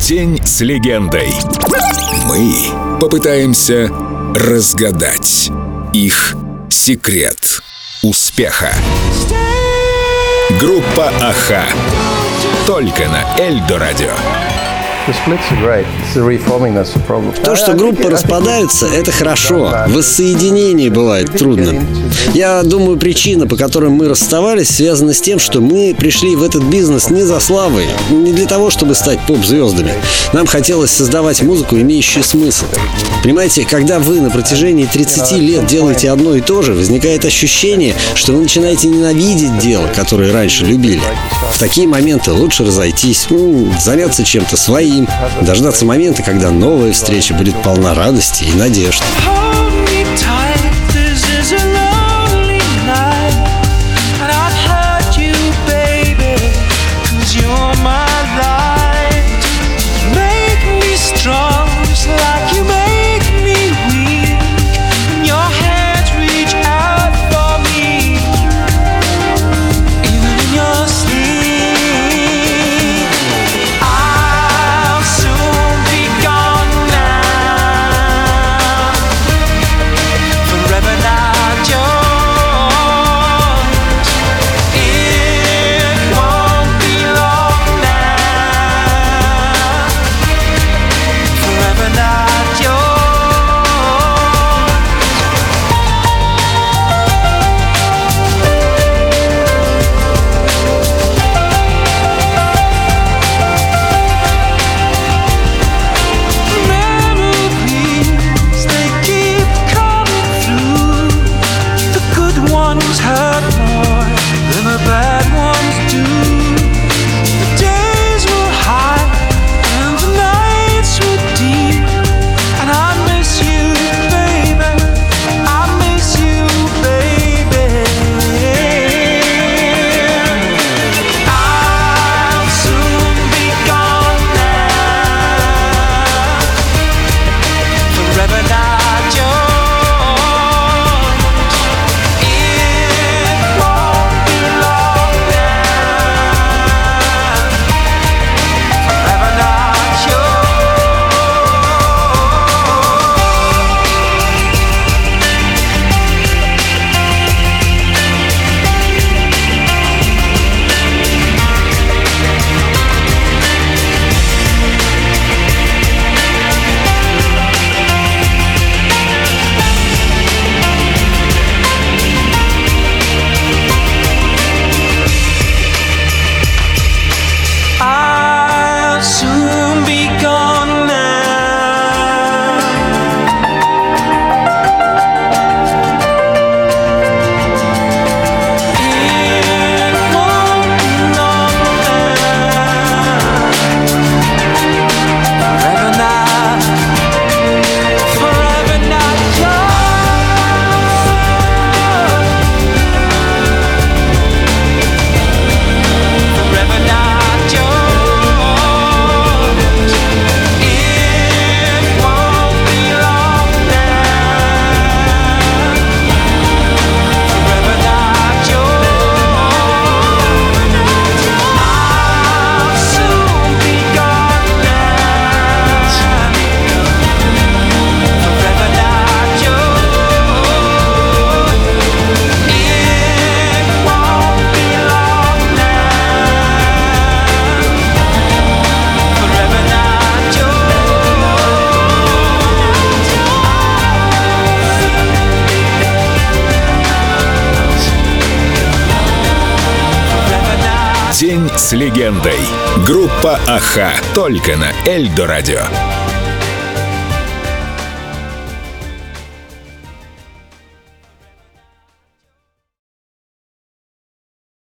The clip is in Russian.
День с легендой. Мы попытаемся разгадать их секрет успеха. Группа «Аха». Только на Эльдо Радио. То, что группа распадается, это хорошо. Воссоединение бывает трудным. Я думаю, причина, по которой мы расставались, связана с тем, что мы пришли в этот бизнес не за славой, не для того, чтобы стать поп-звездами. Нам хотелось создавать музыку, имеющую смысл. Понимаете, когда вы на протяжении 30 лет делаете одно и то же, возникает ощущение, что вы начинаете ненавидеть дело, которое раньше любили. В такие моменты лучше разойтись, заняться чем-то своим, дождаться момента, когда новая встреча будет полна радости и надежд. День с легендой. Группа «Аха». Только на Эльдо Радио.